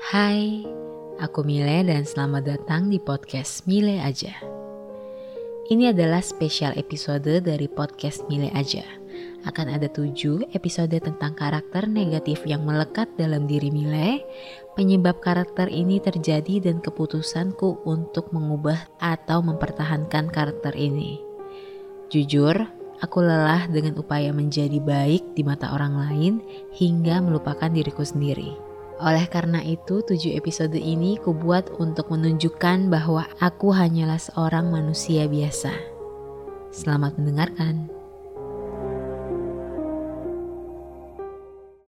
Hai, aku Mile dan selamat datang di podcast Mile Aja. Ini adalah spesial episode dari podcast Mile Aja. Akan ada 7 episode tentang karakter negatif yang melekat dalam diri Mile, penyebab karakter ini terjadi dan keputusanku untuk mengubah atau mempertahankan karakter ini. Jujur, aku lelah dengan upaya menjadi baik di mata orang lain hingga melupakan diriku sendiri. Oleh karena itu, 7 episode ini kubuat untuk menunjukkan bahwa aku hanyalah seorang manusia biasa. Selamat mendengarkan.